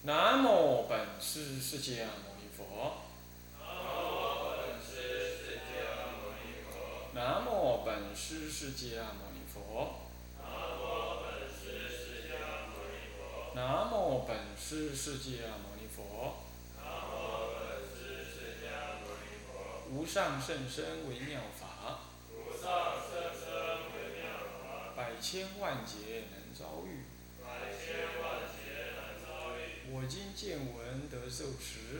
南无本师释迦牟尼佛。南无本师释迦牟尼佛。南无本师释迦牟尼佛。无上甚深微妙法，百千万劫难遭遇。我今见闻得受持，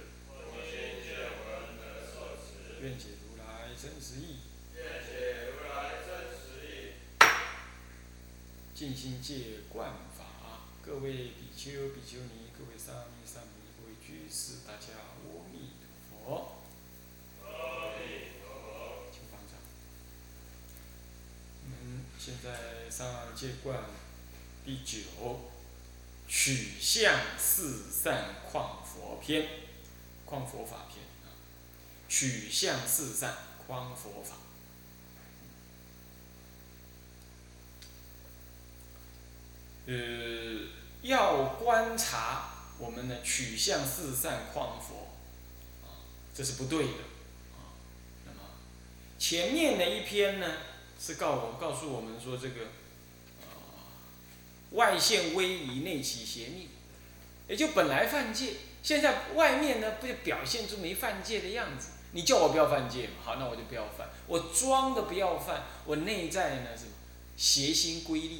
愿解如来真实义。尽心戒观法，各位比丘、比丘尼，各位沙弥、沙弥尼，各位居士，大家阿弥陀佛。请方丈。现在上戒观第9，取向四善况佛篇，况佛法篇啊。取向四善况佛法。要观察我们的取向四善况佛，这是不对的。那么前面的一篇呢，是告诉我们说这个，外现威仪，内起邪逆，也就本来犯戒，现在外面呢不就表现出没犯戒的样子？你叫我不要犯戒，好，那我就不要犯，我装的不要犯，我内在呢是邪心归利。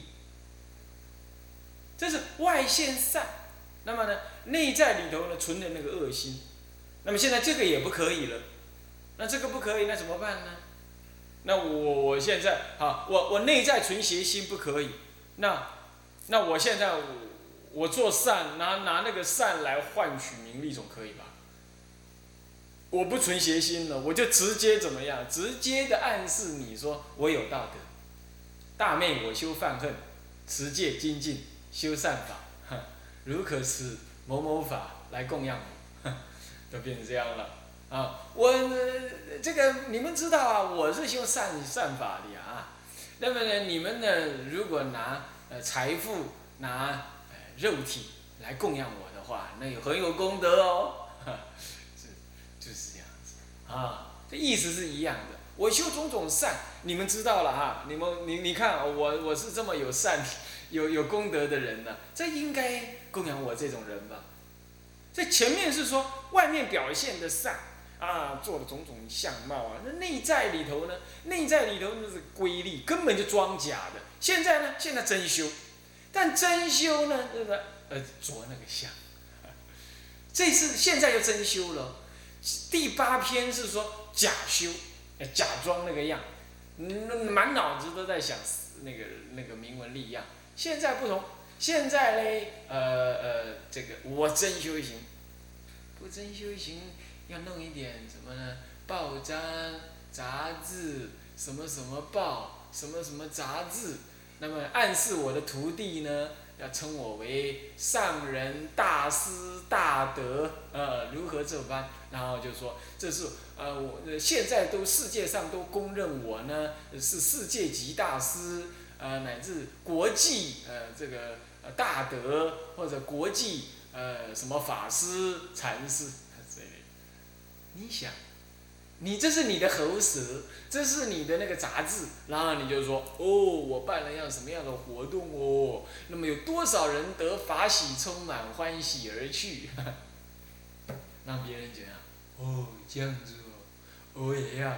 这是外现善，那么呢，内在里头呢存的那个恶心，那么现在这个也不可以了，那这个不可以，那怎么办呢？那我现在我内在存邪心不可以，那我现在我做善，拿那个善来换取名利总可以吧？我不存邪心了，我就直接怎么样？直接的暗示你说我有道德，大昧我修犯恨，持戒精进。修善法，如可使某某法来供养我，都变成这样了啊！我这个你们知道啊，我是修善法的呀。那么呢，你们呢，如果拿财富、拿肉体来供养我的话，那很有功德哦。就是这样子啊，这意思是一样的。我修种种善，你们知道了哈。你看我是这么有善。有功德的人呢，这应该供养我这种人吧？这前面是说外面表现的善啊，做的种种相貌啊，那内在里头呢？内在里头那是瑰丽，根本就装假的。现在呢，现在真修，但真修呢，对不对？着那个相。这次现在又真修了。第8篇是说假修，假装那个样，满脑子都在想那个名闻利养。现在不同，现在嘞，这个我真修行，不真修行要弄一点什么呢？报章、杂志，什么什么报，什么什么杂志，那么暗示我的徒弟呢，要称我为上人、大师、大德，如何这般？然后就说这是我现在世界上都公认我呢是世界级大师。乃至国际这个大德或者国际什么法师禅师之类的，你想，你这是你的喉舌，这是你的那个杂志，然后你就说哦，我办了什么样的活动哦，那么有多少人得法喜充满欢喜而去，让别人觉得哦这样子哦，我也要，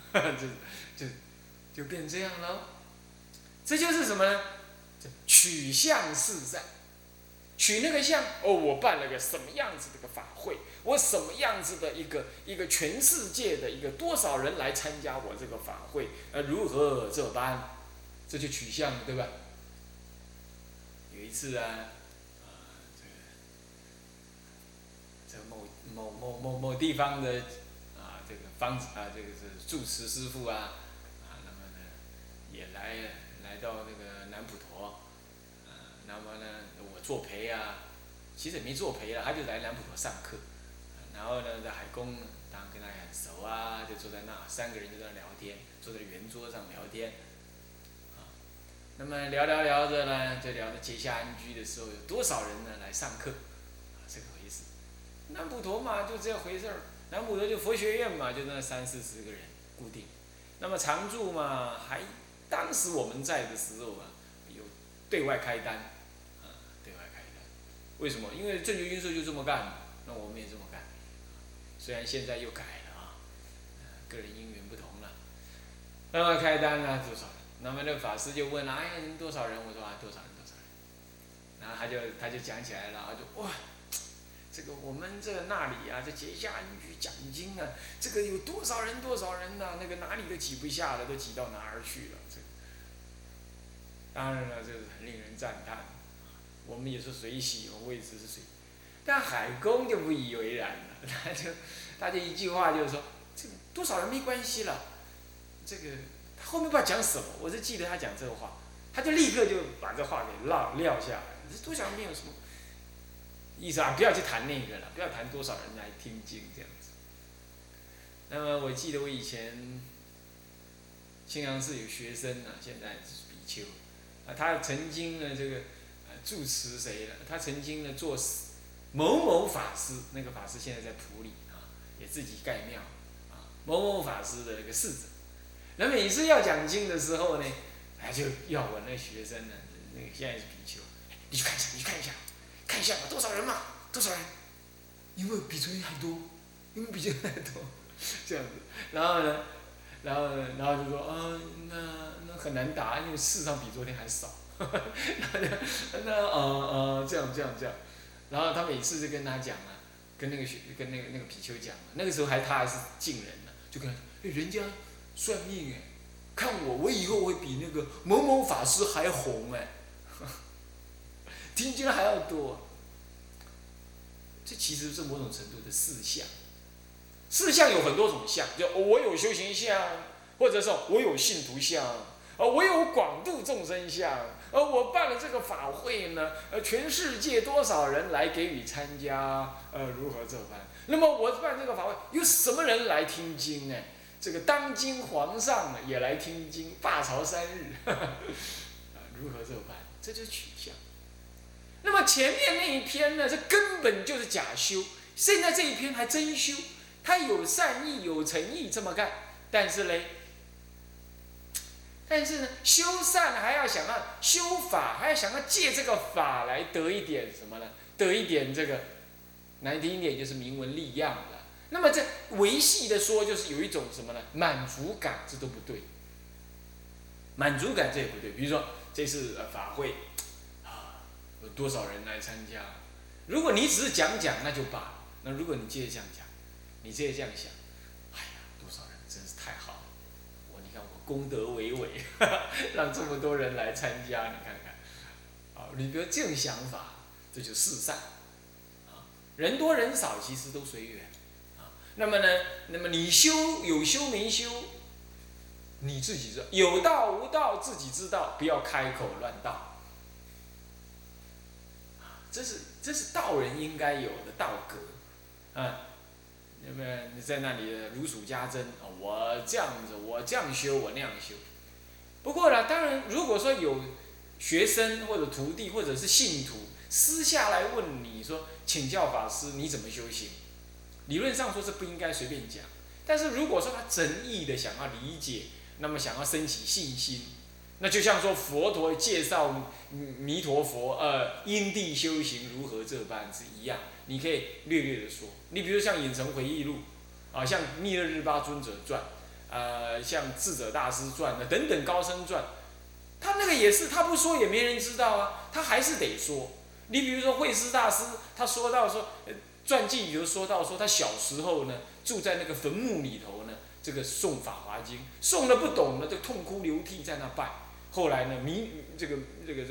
就变这样了。这就是什么呢？取向四善，取那个相哦，我办了个什么样子的个法会，我什么样子的一个全世界的一个多少人来参加我这个法会，如何这般，这就取向了，对吧？有一次啊，这个某地方的这个这个是住持师父啊，那么呢也来到那个南普陀，那么呢，我作陪啊，其实也没作陪了，他就来南普陀上课，然后呢，在海公当然跟他很熟啊，就坐在那，3个人就在那聊天，坐在圆桌上聊天，那么聊着呢，就聊到结下安居的时候，有多少人呢来上课，这个南普陀嘛，就这样回事儿。南普陀就佛学院嘛，就那30-40个人固定。那么常住嘛，当时我们在的时候啊，有对外开单，对外开单。为什么？因为正觉云社就这么干，那我们也这么干。虽然现在又改了啊，个人因缘不同了。那么开单呢多少人？那么那个法师就问了，哎呀，你们多少人？我说啊，多少人。然后他就讲起来了，他就哇，这个我们这那里啊，这结下恩举讲经啊，这个有多少人呐、那个哪里都挤不下了，都挤到哪儿去了？这个当然了，这是很令人赞叹。我们也是随喜，我也只是随。但海公就不以为然了，他就一句话就是说，这个多少人没关系了。这个他后面不知道讲什么，我是记得他讲这个话，他就立刻就把这话给撂下来。这多少人没有什么意思啊？不要去谈那个了，不要谈多少人来听经这样子。那么我记得我以前庆阳寺有学生啊，现在是比丘啊，他曾经呢这个住持谁了？他曾经呢做某某法师，那个法师现在在普里啊，也自己盖庙啊，某某法师的那个侍者。那每次要讲经的时候呢，就要我那学生呢，那个现在是比丘，你去看一下，看一下吧，多少人嘛？多少人？有没有比丘尼还多？有没有比丘尼还多？这样子，然后就说那很难答，因为事实上比昨天还少。这样，然后他每次就跟他讲啊，跟那个比丘讲，那个时候他还是近人呢，就跟他说，人家算命哎，看我以后会比那个某某法师还红哎，听经还要多。这其实是某种程度的事相。事相有很多种相，就我有修行相，或者说我有信徒相，我有广度众生相，我办了这个法会呢，全世界多少人来给予参加，如何这般？那么我办这个法会，有什么人来听经呢？这个当今皇上也来听经，罢朝3日，如何这般？这就是取向。那么前面那一篇呢，这根本就是假修，现在这一篇还真修，他有善意有诚意这么干，但是呢，修善还要想要修法，还要想要借这个法来得一点什么呢？得一点这个难听一点就是名闻利养了。那么这维系的说，就是有一种什么呢？满足感，这都不对。满足感这也不对。比如说这次法会。有多少人来参加？如果你只是讲讲，那就罢了。那如果你接着这样讲，你接着这样想，哎呀，多少人真是太好了！你看我功德为伟，让这么多人来参加，你看看，你比如这种想法，这就是事善。人多人少其实都随缘。那么你有修没修，你自己知道，有道无道自己知道，不要开口乱道。这是道人应该有的道格，那么你在那里如数家珍，我这样子，我这样修，我那样修。不过呢，当然，如果说有学生或者徒弟或者是信徒私下来问你说，请教法师你怎么修行？理论上说是不应该随便讲，但是如果说他诚意的想要理解，那么想要升起信心。那就像说佛陀介绍弥陀佛因地修行如何这般是一样，你可以略略的说。你比如像《影城回忆录》像《密勒日巴尊者传》像《智者大师传》等等高僧传，他那个也是他不说也没人知道啊，他还是得说。你比如说慧思大师，他说到说传记里头说到说他小时候呢住在那个坟墓里头呢，这个诵《法华经》，诵的不懂呢就痛哭流涕在那拜。后来呢，这个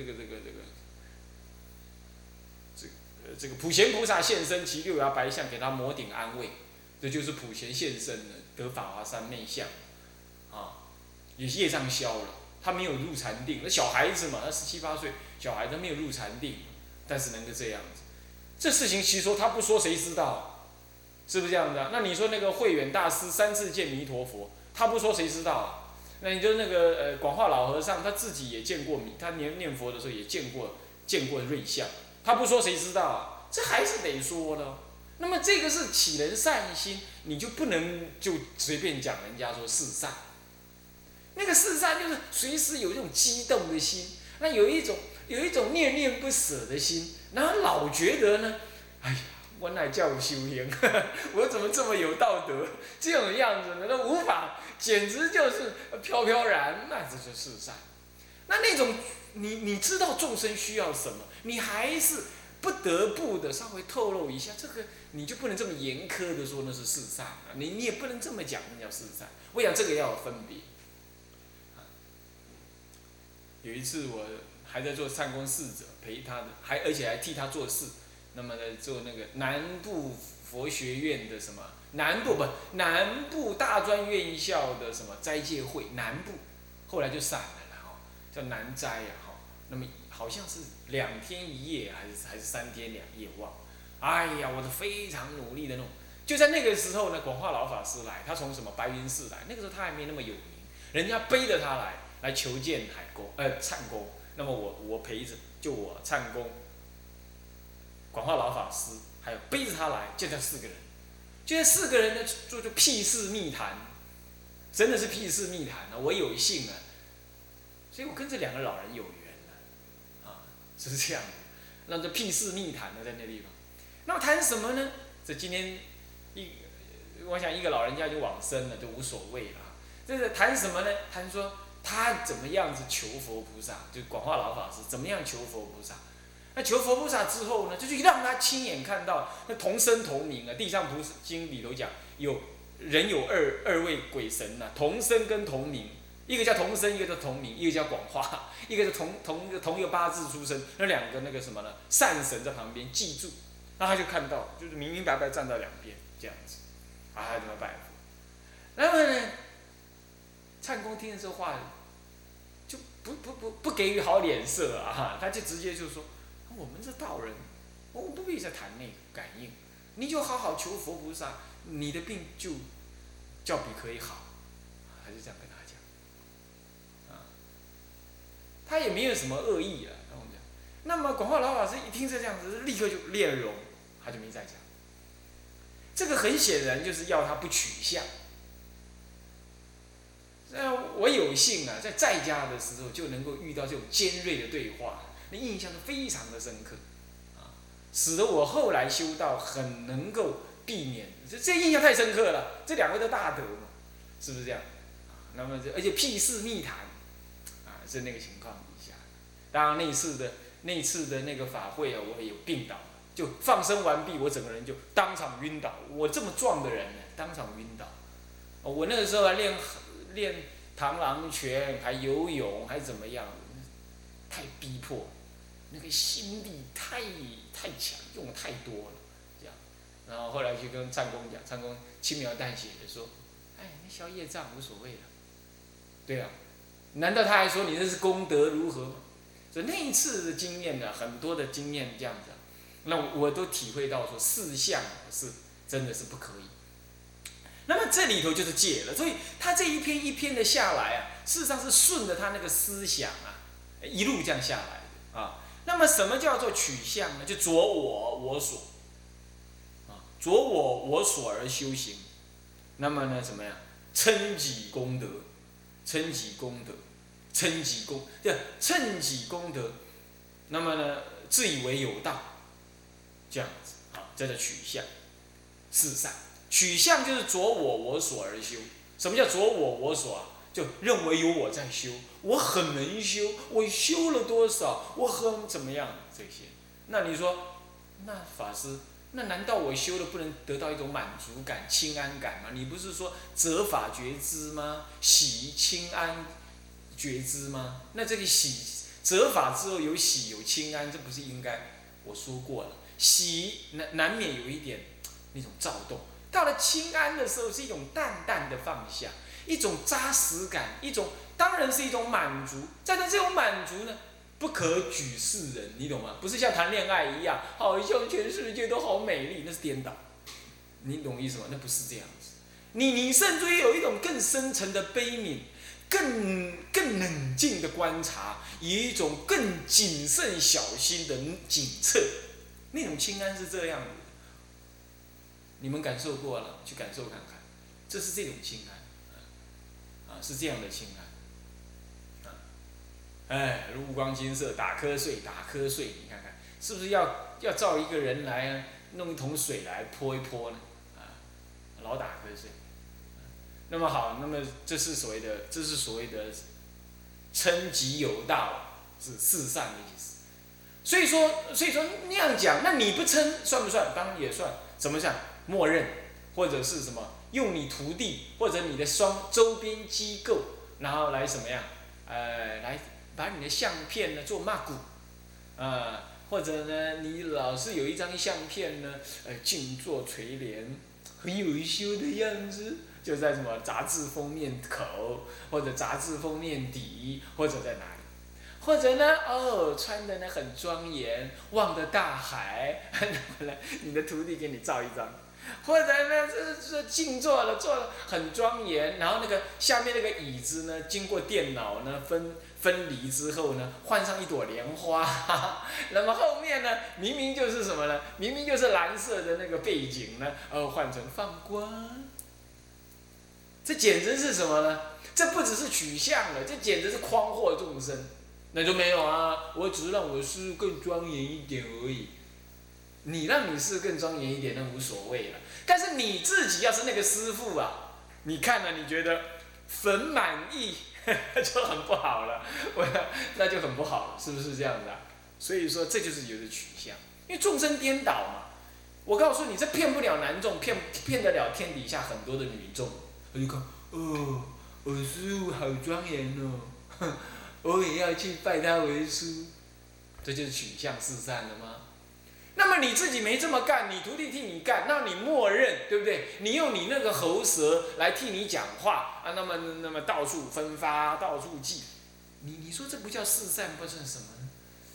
普贤菩萨现身，骑6牙白象给他摩顶安慰，这就是普贤现身了，得法华三昧相，也业障消了，他没有入禅定，那小孩子嘛，他17、18岁小孩，他没有入禅定，但是能够这样子，这事情其实说他不说谁知道，是不是这样的？那你说那个慧远大师3次见弥陀佛，他不说谁知道啊？那你就那个广化老和尚，他自己也见过他念佛的时候也见过瑞相，他不说谁知道啊？这还是得说的。 那么这个是起人善心，你就不能就随便讲人家说是善。那个是善就是随时有一种激动的心，那有一种念念不舍的心，然后老觉得呢，哎呀，我乃叫修行，我怎么这么有道德？这种样子呢，那无法，简直就是飘飘然，那这就是善。那种你知道众生需要什么，你还是不得不的稍微透露一下，这个你就不能这么严苛的说那是是善啊，你也不能这么讲那叫是善。我想这个要有分别。有一次我还在做善公侍者，陪他的，而且还替他做事。那么呢，做那个南部佛学院的什么南部大专院校的什么斋戒会，南部后来就散了啦，叫南斋啊，那么好像是2天1夜还是3天2夜，忘。哎呀，我都非常努力的弄。就在那个时候呢，广化老法师来，他从什么白云寺来，那个时候他还没那么有名，人家背着他来求见忏公。那么我陪着，就我忏公、广化老法师，还有背着他来，就这4个人。就这4个人呢，就屁事密谈，真的是屁事密谈啊！我有幸啊，所以我跟这2个老人有缘了，啊，是这样的。那这屁事密谈呢，在那地方，那么谈什么呢？这今天我想一个老人家就往生了，就无所谓了。这是谈什么呢？谈说他怎么样子求佛菩萨，就广化老法师怎么样求佛菩萨。那求佛菩萨之后呢，就让他亲眼看到那同生同名啊，《地藏菩萨经》里头讲有二位鬼神呐、同生跟同名，一个叫同生，一个叫同名，一个叫广化，一个是同一个八字出生，那2个那个什么呢？善神在旁边记住，那他就看到，就是明明白白站到2边这样子，啊，他怎么拜佛？那么呢，忏公听了这话，就不给予好脸色啊，他就直接就说。我们是道人，我们不必再谈那个感应，你就好好求佛菩萨，你的病就较比可以好，还是这样跟他讲，啊，他也没有什么恶意啊，跟我讲。那么广化老法师一听这样子，立刻就脸容，他就没再讲。这个很显然就是要他不取相。我有幸啊，在家的时候就能够遇到这种尖锐的对话。那印象是非常的深刻，啊，使得我后来修道很能够避免，这印象太深刻了。这2位都大德嘛，是不是这样？那么而且屁事密谈，啊，是那个情况底下。当然那次的那个法会啊，我也有病倒，就放生完毕，我整个人就当场晕倒。我这么壮的人呢，当场晕倒。我那个时候还练螳螂拳，还游泳，还怎么样？太逼迫。那个心力太强，用的太多了，这样，然后后来就跟忏公讲，忏公轻描淡写的说：“哎，那消业障无所谓的。”对啊，难道他还说你这是功德如何吗？所以那一次的经验呢，很多的经验这样子，那我都体会到说4项是真的是不可以。那么这里头就是戒了，所以他这一篇一篇的下来啊，事实上是顺着他那个思想啊，一路这样下来的啊。那么什么叫做取向呢？就着我所，啊，着我所而修行。那么呢，怎么样？称己功德，称己功德，称己功德。那么呢，自以为有道，这样子啊，这叫取向，是善。取向就是着我所而修。什么叫着我所啊？就认为有我在修，我很能修，我修了多少，我很怎么样这些。那你说，那法师，那难道我修了不能得到一种满足感、清安感吗？你不是说择法觉知吗？喜清安觉知吗？那这个喜择法之后有喜有清安，这不是应该？我说过了，喜难免有一点那种躁动，到了清安的时候是一种淡淡的放下。一种扎实感，当然是一种满足，但是这种满足呢，不可举世人，你懂吗？不是像谈恋爱一样，好像全世界都好美丽，那是颠倒，你懂意思吗？那不是这样子，你甚至于有一种更深层的悲悯，更冷静的观察，以一种更谨慎小心的警策，那种清安是这样的。 你们感受过了，去感受看看，这是这种清安，是这样的清安，哎，五光金色，打瞌睡，打瞌睡，你看看，是不是要造一个人来弄一桶水来泼一泼呢？老打瞌睡。那么好，那么这是所谓的称己有道，是四善的意思。所以说那样讲，那你不称算不算？当然也算。怎么讲？默认，或者是什么？用你徒弟或者你的周边机构，然后来什么样？来把你的相片呢做抹骨，或者呢，你老是有一张相片呢，静坐垂帘，很有修的样子。就在什么杂志封面口，或者杂志封面底，或者在哪里，或者呢，穿的呢很庄严，望着大海，你的徒弟给你照一张，或者呢，这静坐了，坐了很庄严，然后那个下面那个椅子呢，经过电脑呢分离之后呢，换上一朵莲花，那么后面呢，明明就是什么呢？明明就是蓝色的那个背景呢，换成放光。这简直是什么呢？这不只是取向了，这简直是诓惑众生。那就没有啊，我只是让我师更庄严一点而已。你让你师更庄严一点，那无所谓了。但是你自己要是那个师父啊，你看了你觉得很满意，就很不好了，那就很不好了，是不是这样子啊？所以说这就是有的取向，因为众生颠倒嘛。我告诉你，这骗不了男众，骗得了天底下很多的女众。我就看，我师父好庄严哦，我也要去拜他为师，这就是取向四善了吗？那么你自己没这么干，你徒弟替你干，那你默认，对不对？你用你那个喉舌来替你讲话啊，那么到处分发，到处记，你说这不叫四善，不算什么呢？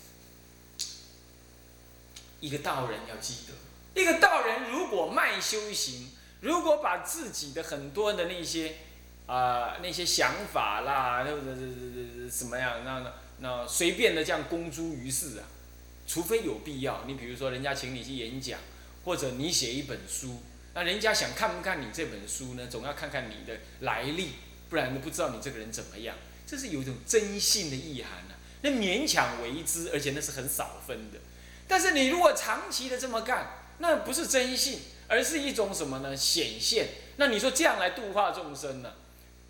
一个道人要记得，一个道人如果卖修行。如果把自己的很多的那些那些想法啦，或者什么样，那随便的这样公诸于世啊，除非有必要，你比如说人家请你去演讲，或者你写一本书，那人家想看不看你这本书呢？总要看看你的来历，不然都不知道你这个人怎么样。这是有一种真信的意涵啊，那勉强为之，而且那是很少分的。但是你如果长期的这么干，那不是真信。而是一种什么呢？显现。那你说这样来度化众生呢？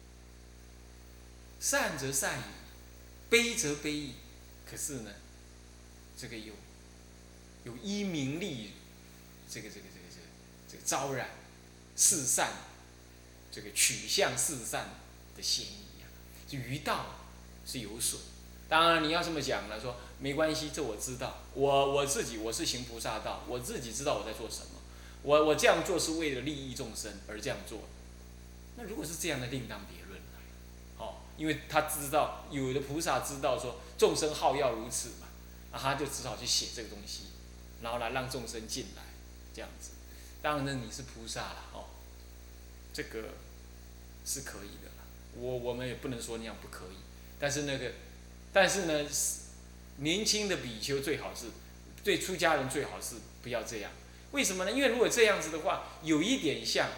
善则善矣，悲则悲矣。可是呢，这个有依名利，这个招染四善，这个取向四善的嫌疑啊，就于道是有损。当然你要这么讲了，说没关系，这我知道，我自己我是行菩萨道，我自己知道我在做什么。我这样做是为了利益众生而这样做，那如果是这样的，另当别论了。因为他知道有的菩萨知道说众生好要如此嘛，他就只好去写这个东西，然后来让众生进来，这样子。当然呢，你是菩萨了这个是可以的啦。我们也不能说那样不可以，但是呢，年轻的比丘最好是，对出家人最好是不要这样。为什么呢？因为如果这样子的话，有一点像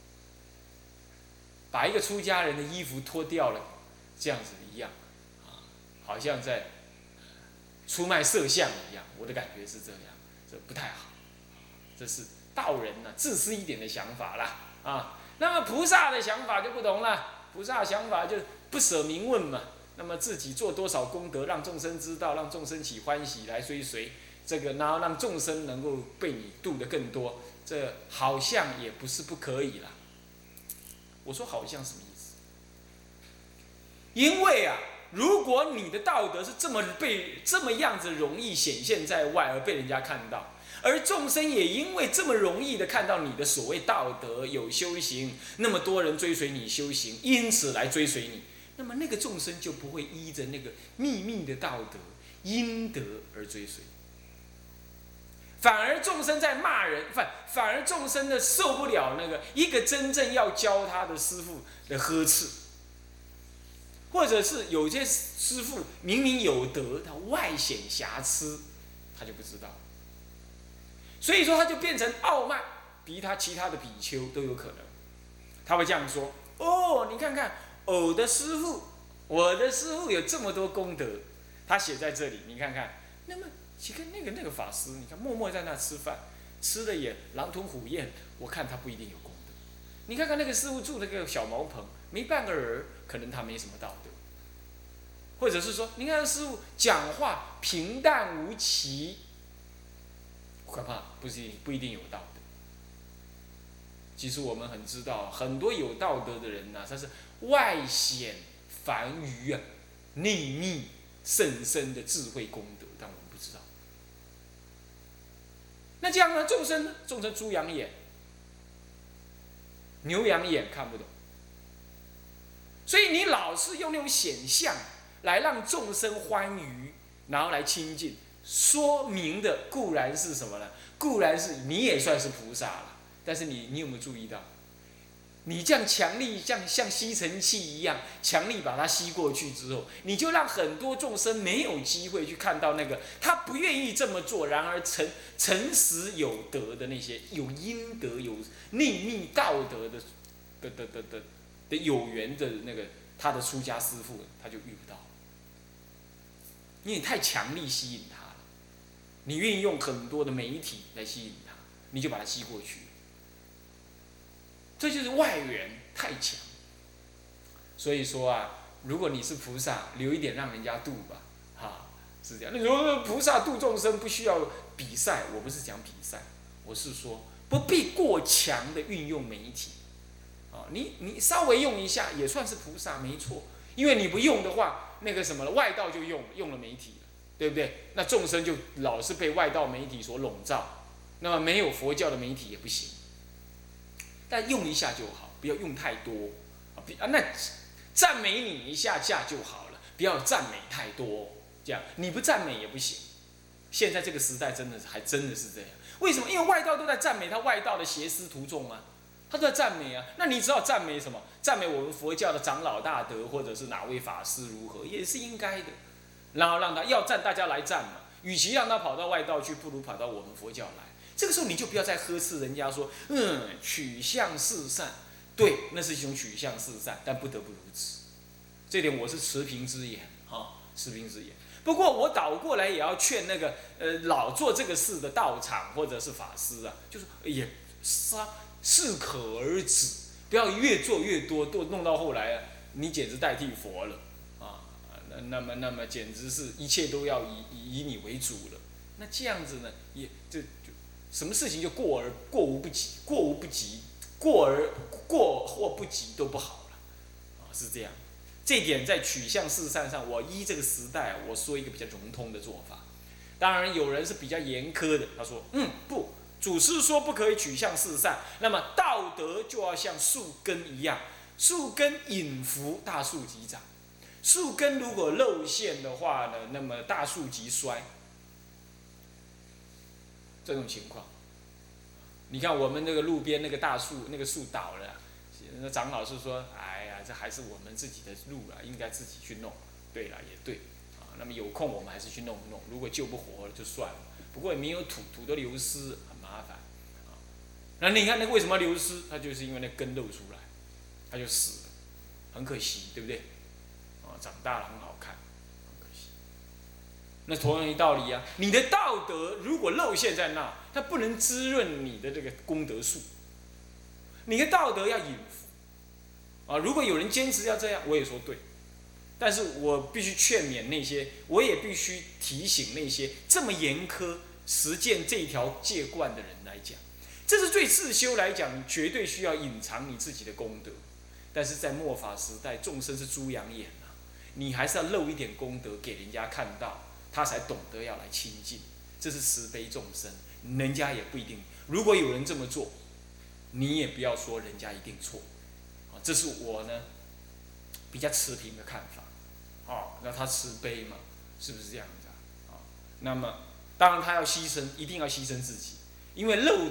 把一个出家人的衣服脱掉了这样子一样，好像在出卖色相一样。我的感觉是这样，这不太好。这是道人自私一点的想法啦那么菩萨的想法就不同了，菩萨的想法就不舍名闻嘛。那么自己做多少功德，让众生知道，让众生起欢喜来追随。这个，然后让众生能够被你度得更多，这好像也不是不可以啦。我说好像什么意思？因为如果你的道德是这么样子容易显现在外而被人家看到，而众生也因为这么容易的看到你的所谓道德有修行，那么多人追随你修行，因此来追随你，那么那个众生就不会依着那个秘密的道德阴德而追随。反而众生在骂人，反而众生的受不了那个一个真正要教他的师父的呵斥，或者是有些师父明明有德，他外显瑕疵，他就不知道，所以说他就变成傲慢， 比他其他的比丘都有可能。他会这样说：哦，你看看我的师父有这么多功德，他写在这里，你看看。那么其实那个法师，你看默默在那吃饭，吃的也狼吞虎咽，我看他不一定有功德。你看看那个师父住那个小茅棚，没半个人，可能他没什么道德。或者是说，你看师父讲话平淡无奇，恐怕不一定有道德。其实我们很知道，很多有道德的人他是外显凡愚啊，内密甚深的智慧功德，但我们不知道。那这样呢？众生呢？众生猪羊眼、牛羊眼看不懂，所以你老是用那种显象来让众生欢愉，然后来亲近，说明的固然是什么呢？固然是你也算是菩萨了，但是你有没有注意到？你这样强力，像吸尘器一样强力把它吸过去之后，你就让很多众生没有机会去看到那个他不愿意这么做，然而诚实有德的那些有阴德、有内密道德的有缘的那个他的出家师父，他就遇不到，因为你太强力吸引他了，你愿意用很多的媒体来吸引他，你就把他吸过去。这就是外缘太强，所以说啊，如果你是菩萨，留一点让人家度吧，哈，是这样。你说菩萨度众生不需要比赛，我不是讲比赛，我是说不必过强的运用媒体，啊，你稍微用一下也算是菩萨没错，因为你不用的话，那个什么了，外道就用了媒体了，对不对？那众生就老是被外道媒体所笼罩，那么没有佛教的媒体也不行。但用一下就好，不要用太多那赞美你一下就好了，不要赞美太多，这样你不赞美也不行。现在这个时代还真的是这样，为什么？因为外道都在赞美他外道的邪师徒众啊，他都在赞美啊。那你只好赞美什么？赞美我们佛教的长老大德，或者是哪位法师如何，也是应该的。然后让他要赞，大家来赞嘛。与其让他跑到外道去，不如跑到我们佛教来。这个时候你就不要再呵斥人家说，取向是善，对，那是一种取向是善，但不得不如此。这点我是持平之言，持平之言。不过我倒过来也要劝那个老做这个事的道场或者是法师啊，就是也适可而止，不要越做越多，都弄到后来你简直代替佛了啊！那么简直是一切都要以你为主了。那这样子呢，也就什么事情就过无不及，过或不及都不好了，是这样。这一点在取向事善上，我依这个时代，我说一个比较融通的做法。当然有人是比较严苛的，他说，不，祖师说不可以取向事善，那么道德就要像树根一样，树根隐伏，大树即长。树根如果露馅的话呢，那么大树即衰。这种情况，你看我们那个路边那个大树，那个树倒了，那长老是说，哎呀，这还是我们自己的路了，应该自己去弄。对了，也对，那么有空我们还是去弄一弄，如果救不活了就算了。不过也没有土都流失，很麻烦。那你看那个为什么流失？它就是因为那根露出来，它就死了，很可惜，对不对？长大了很好看。那同样一道理啊，你的道德如果露馅在那，它不能滋润你的这个功德树。你的道德要隐伏如果有人坚持要这样，我也说对，但是我必须劝勉那些，我也必须提醒那些这么严苛实践这条戒观的人来讲，这是对自修来讲，你绝对需要隐藏你自己的功德。但是在末法时代，众生是猪羊眼你还是要露一点功德给人家看到。他才懂得要来亲近，这是慈悲众生，人家也不一定。如果有人这么做，你也不要说人家一定错，这是我呢比较持平的看法。那他慈悲嘛，是不是这样子那么当然他要牺牲，一定要牺牲自己，因为漏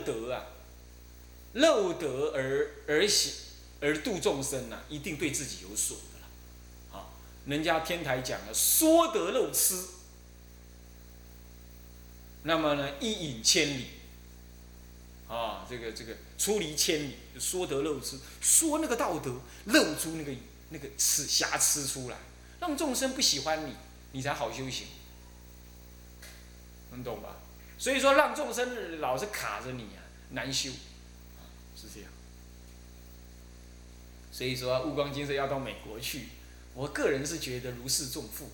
德而度众生一定对自己有损的了。人家天台讲了，说得漏痴。那么呢，一饮千里， 啊，这个出离千里，说得漏之，说那个道德露出那个瑕疵出来，让众生不喜欢你，你才好修行，能懂吧？所以说让众生老是卡着你啊，难修，是这样。所以说悟光金色要到美国去，我个人是觉得如释重负，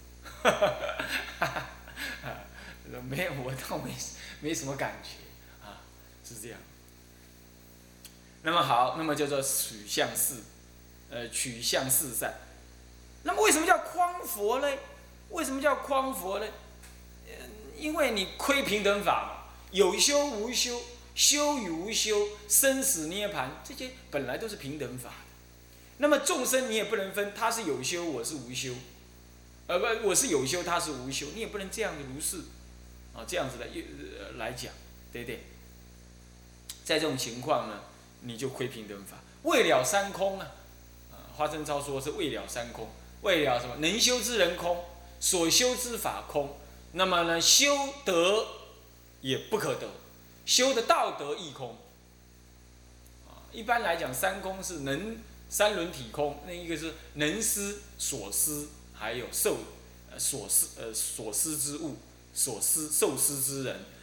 没有，我倒没什么感觉啊，是这样。那么好，那么叫做取向四善。那么为什么叫匡佛呢？为什么叫匡佛呢？因为你窥平等法嘛，有修无修，修与无修，生死涅槃，这些本来都是平等法。那么众生你也不能分，他是有修，我是无修，我是有修，他是无修，你也不能这样子如是，啊，这样子来讲，对不对？在这种情况呢，你就窥平等法，未了三空啊，花生超说是未了三空，未了什么？能修之人空，所修之法空，那么呢，修德也不可得，修的道德亦空。一般来讲，三空是三轮体空，那一个是能思所思，还有所思之物，受思之人，